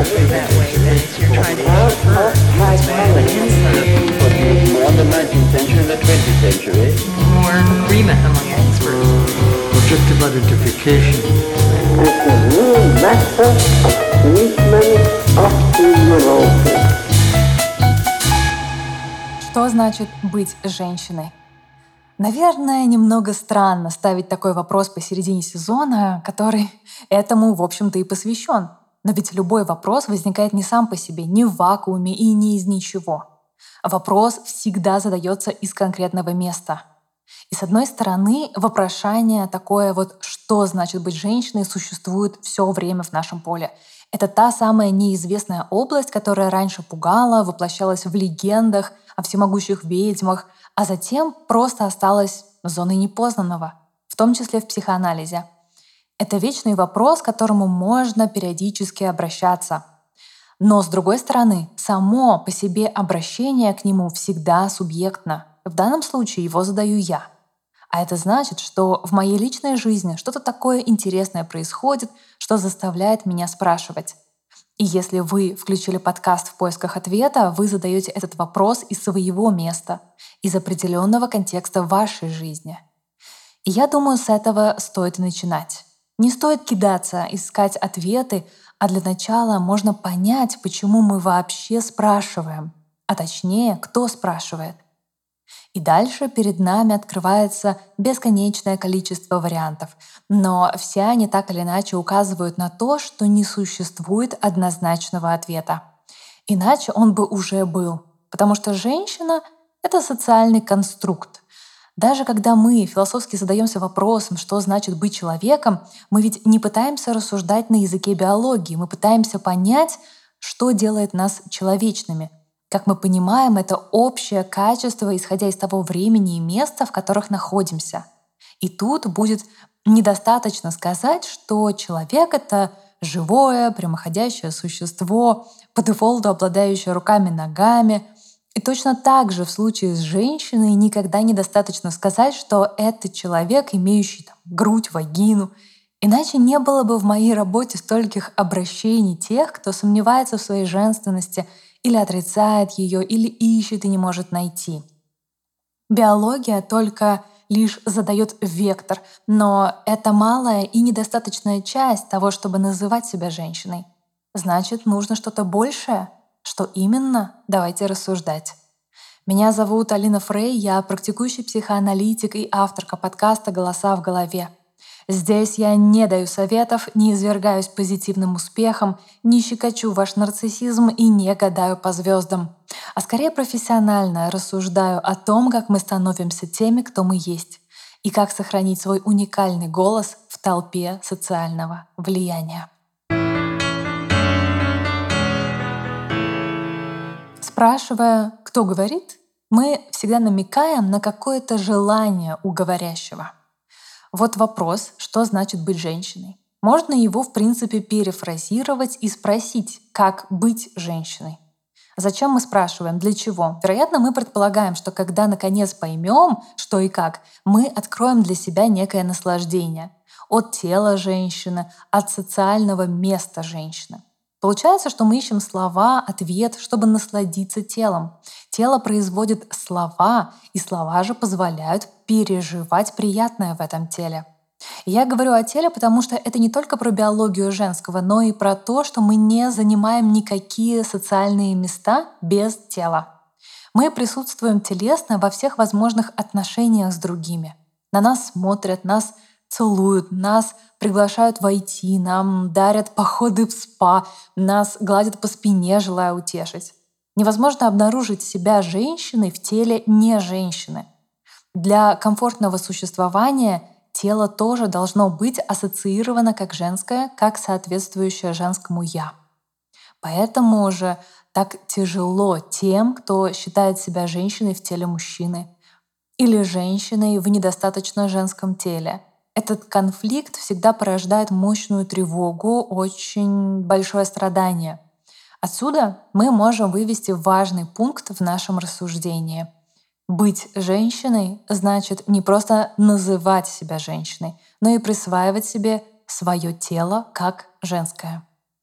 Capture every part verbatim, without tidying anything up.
physically that way, then you're trying to eat her. It's more of an answer. More in the nineteenth century and the twentieth century. More agreement among experts. Objective identification. It's a new method of treatment of the neurosis. Что значит быть женщиной? Наверное, немного странно ставить такой вопрос посередине сезона, который этому, в общем-то, и посвящен. Но ведь любой вопрос возникает не сам по себе, не в вакууме и не из ничего. Вопрос всегда задается из конкретного места. И с одной стороны, вопрошание такое вот «что значит быть женщиной?» существует все время в нашем поле. Это та самая неизвестная область, которая раньше пугала, воплощалась в легендах о всемогущих ведьмах, а затем просто осталась зоной непознанного, в том числе в психоанализе. Это вечный вопрос, к которому можно периодически обращаться. Но, с другой стороны, само по себе обращение к нему всегда субъектно. В данном случае его задаю я. А это значит, что в моей личной жизни что-то такое интересное происходит, что заставляет меня спрашивать. И если вы включили подкаст в поисках ответа, вы задаете этот вопрос из своего места, из определенного контекста вашей жизни. И я думаю, с этого стоит и начинать. Не стоит кидаться, искать ответы, а для начала можно понять, почему мы вообще спрашиваем, а точнее, кто спрашивает. И дальше перед нами открывается бесконечное количество вариантов, но все они так или иначе указывают на то, что не существует однозначного ответа. Иначе он бы уже был, потому что женщина — это социальный конструкт. Даже когда мы философски задаемся вопросом, что значит быть человеком, мы ведь не пытаемся рассуждать на языке биологии, мы пытаемся понять, что делает нас человечными. Как мы понимаем, это общее качество, исходя из того времени и места, в которых находимся. И тут будет недостаточно сказать, что человек — это живое, прямоходящее существо, по дефолту обладающее руками, ногами. И точно так же в случае с женщиной никогда недостаточно сказать, что это человек, имеющий там, грудь, вагину. Иначе не было бы в моей работе стольких обращений тех, кто сомневается в своей женственности или отрицает ее, или ищет и не может найти. Биология только лишь задает вектор, но это малая и недостаточная часть того, чтобы называть себя женщиной. Значит, нужно что-то большее. Что именно? Давайте рассуждать. Меня зовут Алина Фрей, я практикующий психоаналитик и авторка подкаста «Голоса в голове». Здесь я не даю советов, не извергаюсь позитивным успехом, не щекочу ваш нарциссизм и не гадаю по звездам, а скорее профессионально рассуждаю о том, как мы становимся теми, кто мы есть, и как сохранить свой уникальный голос в толпе социального влияния. Спрашивая, кто говорит, мы всегда намекаем на какое-то желание у говорящего. Вот вопрос, что значит быть женщиной. Можно его, в принципе, перефразировать и спросить, как быть женщиной. Зачем мы спрашиваем? Для чего? Вероятно, мы предполагаем, что когда наконец поймем, что и как, мы откроем для себя некое наслаждение от тела женщины, от социального места женщины. Получается, что мы ищем слова, ответ, чтобы насладиться телом. Тело производит слова, и слова же позволяют переживать приятное в этом теле. И я говорю о теле, потому что это не только про биологию женского, но и про то, что мы не занимаем никакие социальные места без тела. Мы присутствуем телесно во всех возможных отношениях с другими. На нас смотрят, нас целуют, нас приглашают войти, нам дарят походы в спа, нас гладят по спине, желая утешить. Невозможно обнаружить себя женщиной в теле не женщины. Для комфортного существования тело тоже должно быть ассоциировано как женское, как соответствующее женскому «я». Поэтому же так тяжело тем, кто считает себя женщиной в теле мужчины или женщиной в недостаточно женском теле. Этот конфликт всегда порождает мощную тревогу, очень большое страдание. Отсюда мы можем вывести важный пункт в нашем рассуждении. Быть женщиной значит не просто называть себя женщиной, но и присваивать себе свое тело как женское.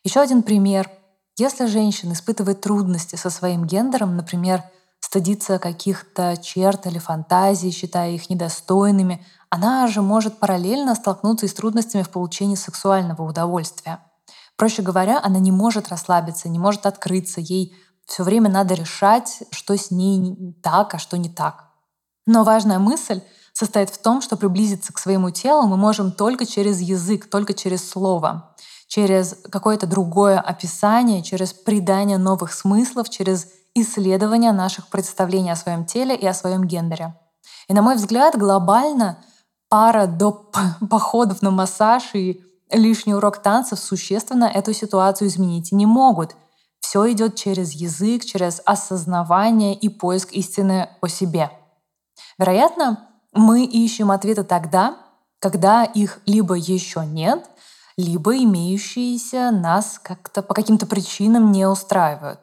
Еще один пример. Если женщина испытывает трудности со своим гендером, например, стыдится каких-то черт или фантазий, считая их недостойными, она же может параллельно столкнуться и с трудностями в получении сексуального удовольствия. Проще говоря, она не может расслабиться, не может открыться, ей все время надо решать, что с ней так, а что не так. Но важная мысль состоит в том, что приблизиться к своему телу мы можем только через язык, только через слово, через какое-то другое описание, через придание новых смыслов, через исследование наших представлений о своем теле и о своем гендере. И, на мой взгляд, глобально пара до походов на массаж и лишний урок танцев существенно эту ситуацию изменить не могут. Все идет через язык, через осознавание и поиск истины о себе. Вероятно, мы ищем ответы тогда, когда их либо еще нет, либо имеющиеся нас как-то по каким-то причинам не устраивают.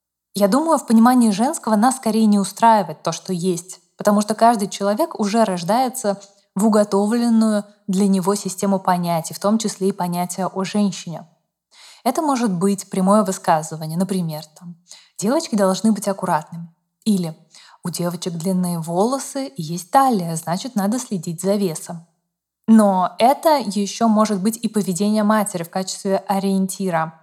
Я думаю, в понимании женского нас скорее не устраивает то, что есть, потому что каждый человек уже рождается в уготовленную для него систему понятий, в том числе и понятия о женщине. Это может быть прямое высказывание, например, там, «девочки должны быть аккуратными» или «у девочек длинные волосы и есть талия, значит, надо следить за весом». Но это еще может быть и поведение матери в качестве ориентира.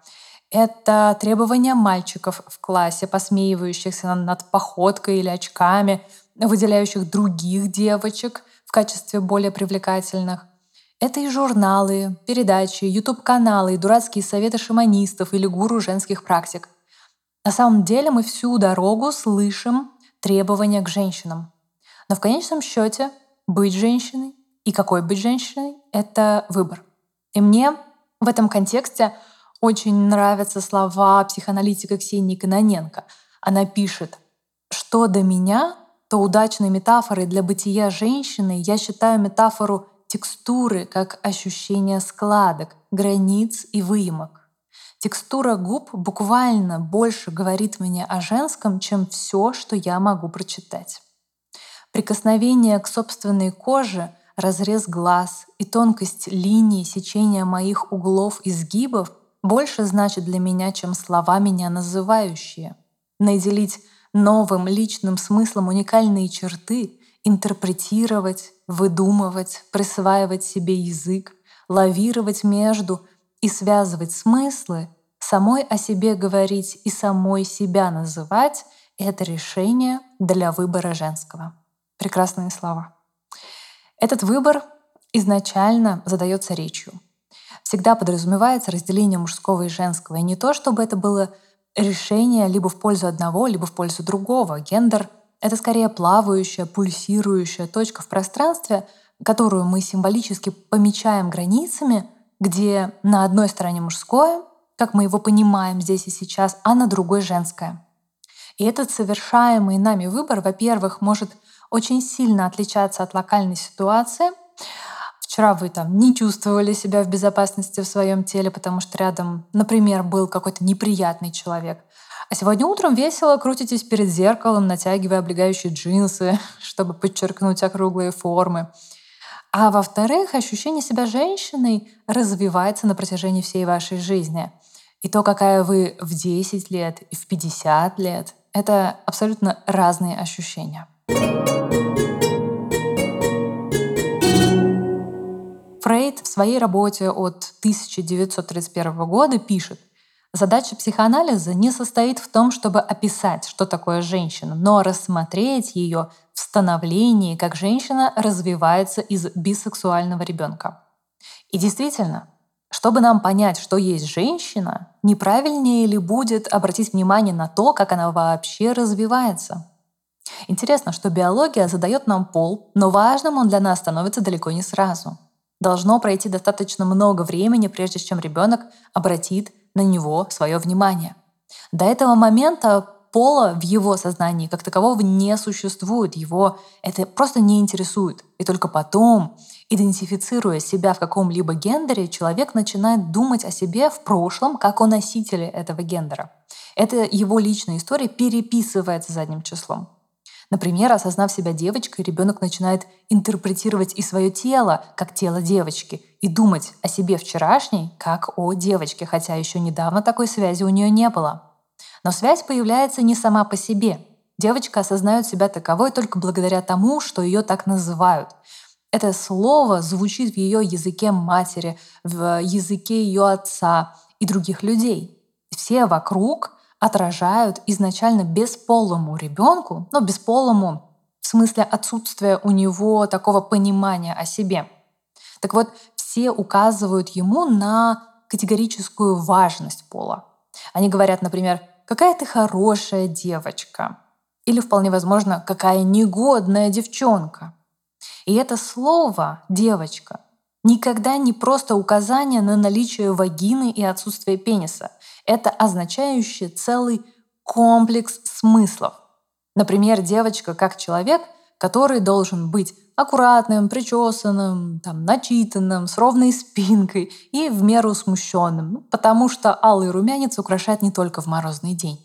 Это требования мальчиков в классе, посмеивающихся над походкой или очками, выделяющих других девочек в качестве более привлекательных. Это и журналы, передачи, ютуб-каналы, и дурацкие советы шаманистов или гуру женских практик. На самом деле мы всю дорогу слышим требования к женщинам. Но в конечном счете быть женщиной и какой быть женщиной — это выбор. И мне в этом контексте очень нравятся слова психоаналитика Ксении Кононенко. Она пишет: «Что до меня, то удачной метафорой для бытия женщины я считаю метафору текстуры как ощущение складок, границ и выемок. Текстура губ буквально больше говорит мне о женском, чем все, что я могу прочитать. Прикосновение к собственной коже, разрез глаз и тонкость линии сечения моих углов и сгибов больше значит для меня, чем слова, меня называющие. Наделить новым личным смыслом уникальные черты, интерпретировать, выдумывать, присваивать себе язык, лавировать между и связывать смыслы, самой о себе говорить и самой себя называть — это решение для выбора женского». Прекрасные слова. Этот выбор изначально задается речью. Всегда подразумевается разделение мужского и женского. И не то, чтобы это было решение либо в пользу одного, либо в пользу другого. Гендер — это скорее плавающая, пульсирующая точка в пространстве, которую мы символически помечаем границами, где на одной стороне мужское, как мы его понимаем здесь и сейчас, а на другой — женское. И этот совершаемый нами выбор, во-первых, может очень сильно отличаться от локальной ситуации. Вчера вы там не чувствовали себя в безопасности в своем теле, потому что рядом, например, был какой-то неприятный человек. А сегодня утром весело крутитесь перед зеркалом, натягивая облегающие джинсы, чтобы подчеркнуть округлые формы. А во-вторых, ощущение себя женщиной развивается на протяжении всей вашей жизни. И то, какая вы в десять лет и в пятьдесят лет, это абсолютно разные ощущения. Фрейд в своей работе от тысяча девятьсот тридцать первого года пишет: «Задача психоанализа не состоит в том, чтобы описать, что такое женщина, но рассмотреть ее в становлении, как женщина развивается из бисексуального ребенка». И действительно, чтобы нам понять, что есть женщина, неправильнее ли будет обратить внимание на то, как она вообще развивается? Интересно, что биология задает нам пол, но важным он для нас становится далеко не сразу. Должно пройти достаточно много времени, прежде чем ребенок обратит на него свое внимание. До этого момента пола в его сознании как такового не существует, его это просто не интересует. И только потом, идентифицируя себя в каком-либо гендере, человек начинает думать о себе в прошлом как о носителе этого гендера. Это его личная история переписывается задним числом. Например, осознав себя девочкой, ребенок начинает интерпретировать и свое тело как тело девочки и думать о себе вчерашней как о девочке, хотя еще недавно такой связи у нее не было. Но связь появляется не сама по себе. Девочка осознает себя таковой только благодаря тому, что ее так называют. Это слово звучит в ее языке матери, в языке ее отца и других людей. Все вокруг отражают изначально бесполому ребенку, ну, бесполому в смысле отсутствия у него такого понимания о себе. Так вот, все указывают ему на категорическую важность пола. Они говорят, например, «какая ты хорошая девочка», или, вполне возможно, «какая негодная девчонка». И это слово «девочка» никогда не просто указание на наличие вагины и отсутствие пениса. Это означающее целый комплекс смыслов. Например, девочка как человек, который должен быть аккуратным, причесанным, там, начитанным, с ровной спинкой и в меру смущенным, ну, потому что алый румянец украшает не только в морозный день.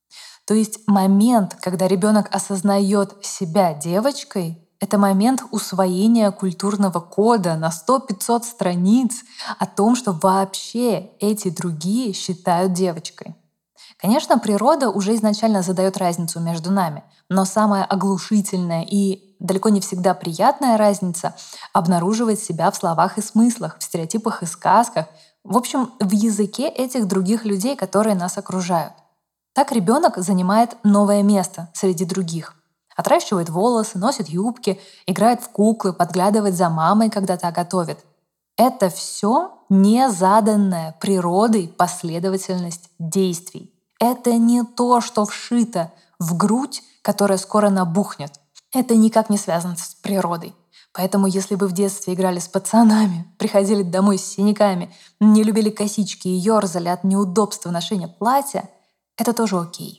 То есть момент, когда ребенок осознает себя девочкой, это момент усвоения культурного кода на сто-пятьсот страниц о том, что вообще эти другие считают девочкой. Конечно, природа уже изначально задает разницу между нами, но самая оглушительная и далеко не всегда приятная разница обнаруживает себя в словах и смыслах, в стереотипах и сказках, в общем, в языке этих других людей, которые нас окружают. Так ребенок занимает новое место среди других. Отращивает волосы, носит юбки, играет в куклы, подглядывает за мамой, когда та готовит. Это все незаданная природой последовательность действий. Это не то, что вшито в грудь, которая скоро набухнет. Это никак не связано с природой. Поэтому если вы в детстве играли с пацанами, приходили домой с синяками, не любили косички и ерзали от неудобства ношения платья, это тоже окей.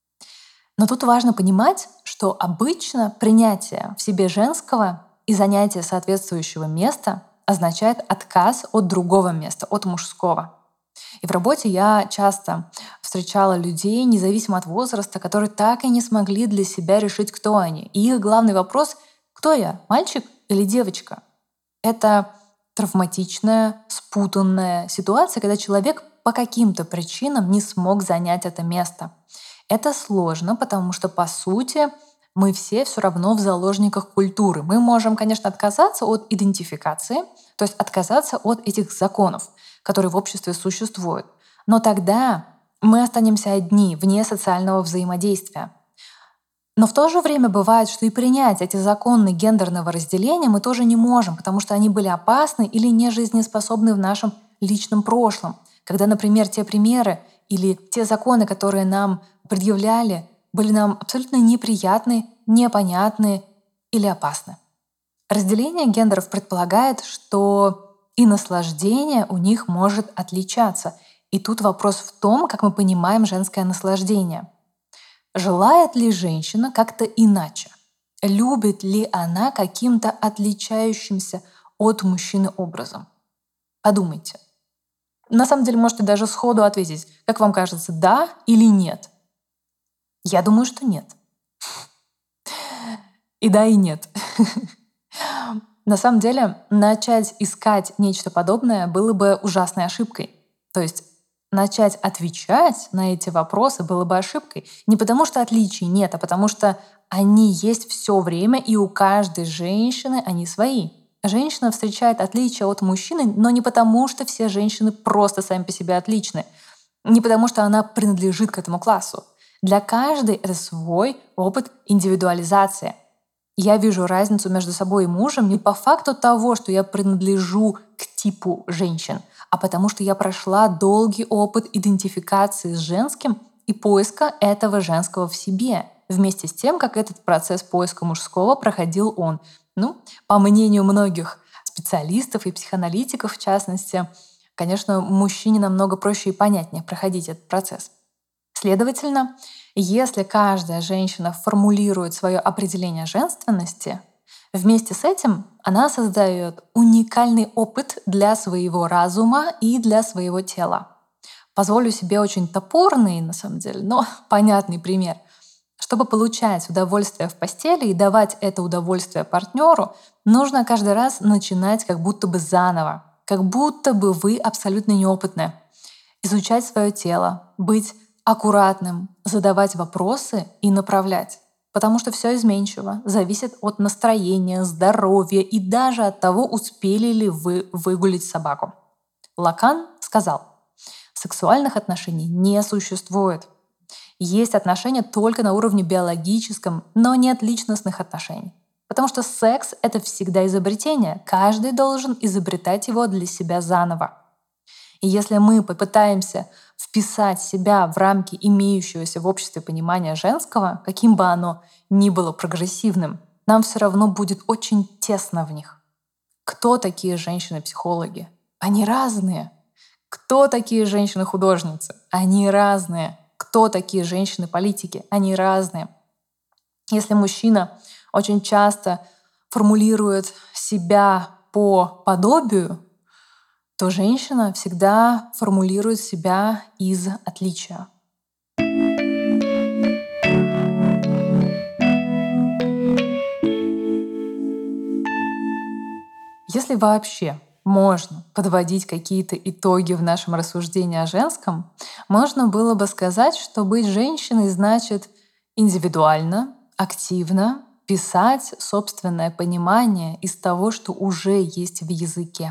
Но тут важно понимать, что обычно принятие в себе женского и занятие соответствующего места означает отказ от другого места, от мужского. И в работе я часто встречала людей, независимо от возраста, которые так и не смогли для себя решить, кто они. И их главный вопрос — кто я, мальчик или девочка? Это травматичная, спутанная ситуация, когда человек по каким-то причинам не смог занять это место. Это сложно, потому что, по сути, мы все все равно в заложниках культуры. Мы можем, конечно, отказаться от идентификации, то есть отказаться от этих законов, которые в обществе существуют. Но тогда мы останемся одни, вне социального взаимодействия. Но в то же время бывает, что и принять эти законы гендерного разделения мы тоже не можем, потому что они были опасны или нежизнеспособны в нашем личном прошлом. Когда, например, те примеры или те законы, которые нам предъявляли, были нам абсолютно неприятны, непонятны или опасны. Разделение гендеров предполагает, что и наслаждение у них может отличаться. И тут вопрос в том, как мы понимаем женское наслаждение. Желает ли женщина как-то иначе? Любит ли она каким-то отличающимся от мужчины образом? Подумайте. На самом деле можете даже сходу ответить, как вам кажется, да или нет. Я думаю, что нет. И да, и нет. На самом деле, начать искать нечто подобное было бы ужасной ошибкой. То есть начать отвечать на эти вопросы было бы ошибкой. Не потому что отличий нет, а потому что они есть все время, и у каждой женщины они свои. Женщина встречает отличия от мужчины, но не потому, что все женщины просто сами по себе отличны. Не потому, что она принадлежит к этому классу. Для каждой это свой опыт индивидуализации. Я вижу разницу между собой и мужем не по факту того, что я принадлежу к типу женщин, а потому что я прошла долгий опыт идентификации с женским и поиска этого женского в себе, вместе с тем, как этот процесс поиска мужского проходил он. Ну, по мнению многих специалистов и психоаналитиков, в частности, конечно, мужчине намного проще и понятнее проходить этот процесс. Следовательно, если каждая женщина формулирует свое определение женственности, вместе с этим она создает уникальный опыт для своего разума и для своего тела. Позволю себе очень топорный, на самом деле, но понятный пример. Чтобы получать удовольствие в постели и давать это удовольствие партнеру, нужно каждый раз начинать как будто бы заново, как будто бы вы абсолютно неопытны. Изучать свое тело, быть аккуратным, задавать вопросы и направлять. Потому что все изменчиво, зависит от настроения, здоровья и даже от того, успели ли вы выгулить собаку. Лакан сказал, сексуальных отношений не существует. Есть отношения только на уровне биологическом, но нет личностных отношений. Потому что секс — это всегда изобретение. Каждый должен изобретать его для себя заново. И если мы попытаемся вписать себя в рамки имеющегося в обществе понимания женского, каким бы оно ни было прогрессивным, нам все равно будет очень тесно в них. Кто такие женщины-психологи? Они разные. Кто такие женщины-художницы? Они разные. Кто такие женщины-политики? Они разные. Если мужчина очень часто формулирует себя по подобию, то женщина всегда формулирует себя из отличия. Если вообще можно подводить какие-то итоги в нашем рассуждении о женском, можно было бы сказать, что быть женщиной значит индивидуально, активно писать собственное понимание из того, что уже есть в языке.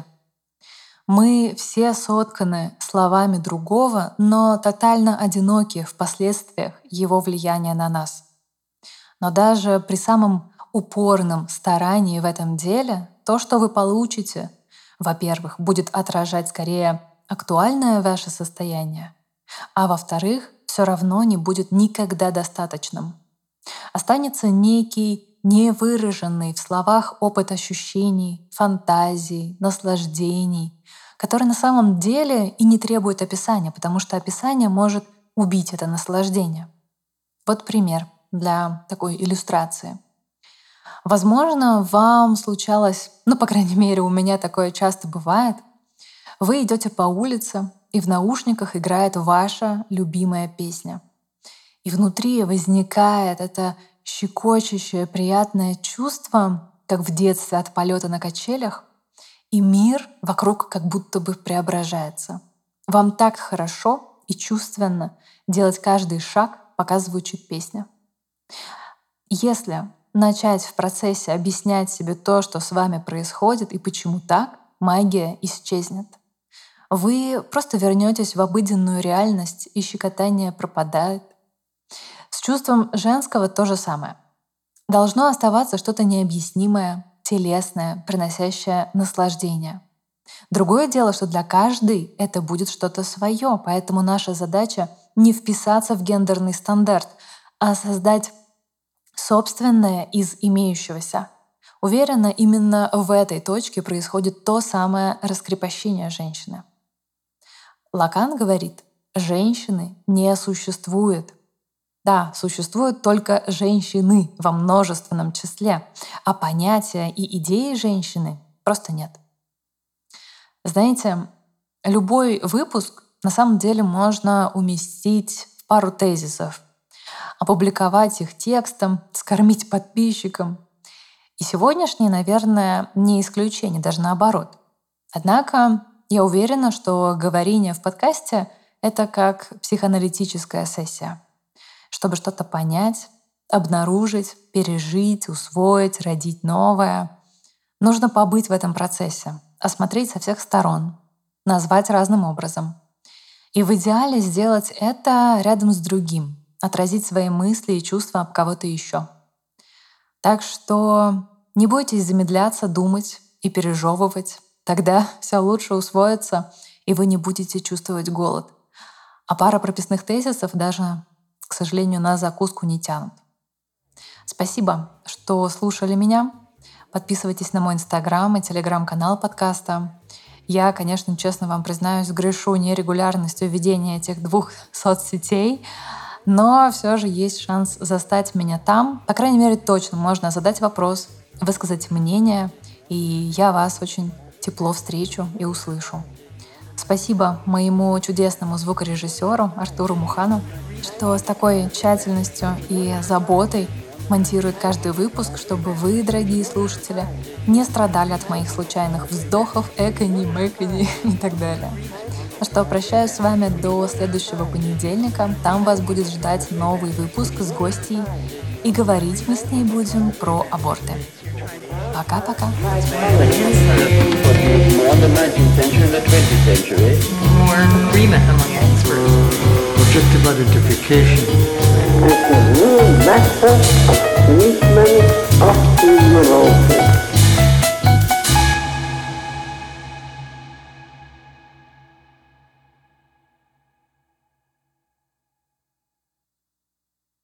Мы все сотканы словами другого, но тотально одиноки в последствиях его влияния на нас. Но даже при самом упорном старании в этом деле, то, что вы получите, во-первых, будет отражать скорее актуальное ваше состояние, а во-вторых, все равно не будет никогда достаточным. Останется некий невыраженный в словах опыт ощущений, фантазий, наслаждений, который на самом деле и не требует описания, потому что описание может убить это наслаждение. Вот пример для такой иллюстрации. Возможно, вам случалось, ну, по крайней мере, у меня такое часто бывает, вы идете по улице, и в наушниках играет ваша любимая песня. И внутри возникает это щекочущее, приятное чувство, как в детстве от полета на качелях, и мир вокруг как будто бы преображается. Вам так хорошо и чувственно делать каждый шаг, пока звучит песня. Если начать в процессе объяснять себе то, что с вами происходит и почему так, магия исчезнет. Вы просто вернетесь в обыденную реальность, и щекотание пропадает. С чувством женского то же самое. Должно оставаться что-то необъяснимое, телесное, приносящее наслаждение. Другое дело, что для каждой это будет что-то свое, поэтому наша задача не вписаться в гендерный стандарт, а создать собственное из имеющегося. Уверена, именно в этой точке происходит то самое раскрепощение женщины. Лакан говорит, женщины не существует. Да, существуют только женщины во множественном числе, а понятия и идеи женщины просто нет. Знаете, любой выпуск на самом деле можно уместить в пару тезисов, опубликовать их текстом, скормить подписчикам. И сегодняшний, наверное, не исключение, даже наоборот. Однако я уверена, что говорение в подкасте — это как психоаналитическая сессия. Чтобы что-то понять, обнаружить, пережить, усвоить, родить новое, нужно побыть в этом процессе, осмотреть со всех сторон, назвать разным образом. И в идеале сделать это рядом с другим, отразить свои мысли и чувства об кого-то еще. Так что не бойтесь замедляться, думать и пережевывать. Тогда все лучше усвоится, и вы не будете чувствовать голод. А пара прописных тезисов даже, к сожалению, на закуску не тянут. Спасибо, что слушали меня. Подписывайтесь на мой инстаграм и телеграм-канал подкаста. Я, конечно, честно вам признаюсь, грешу нерегулярностью ведения этих двух соцсетей, но все же есть шанс застать меня там. По крайней мере, точно можно задать вопрос, высказать мнение, и я вас очень тепло встречу и услышу. Спасибо моему чудесному звукорежиссеру Артуру Мухану. что с такой тщательностью и заботой монтирует каждый выпуск, чтобы вы, дорогие слушатели, не страдали от моих случайных вздохов, экони, мэкони и так далее. Ну что, прощаюсь с вами до следующего понедельника. Там вас будет ждать новый выпуск с гостьей. И говорить мы с ней будем про аборты. Пока-пока. More in the nineteenth century than the twentieth century. More agreement among experts. objective identification, as a new method of treatment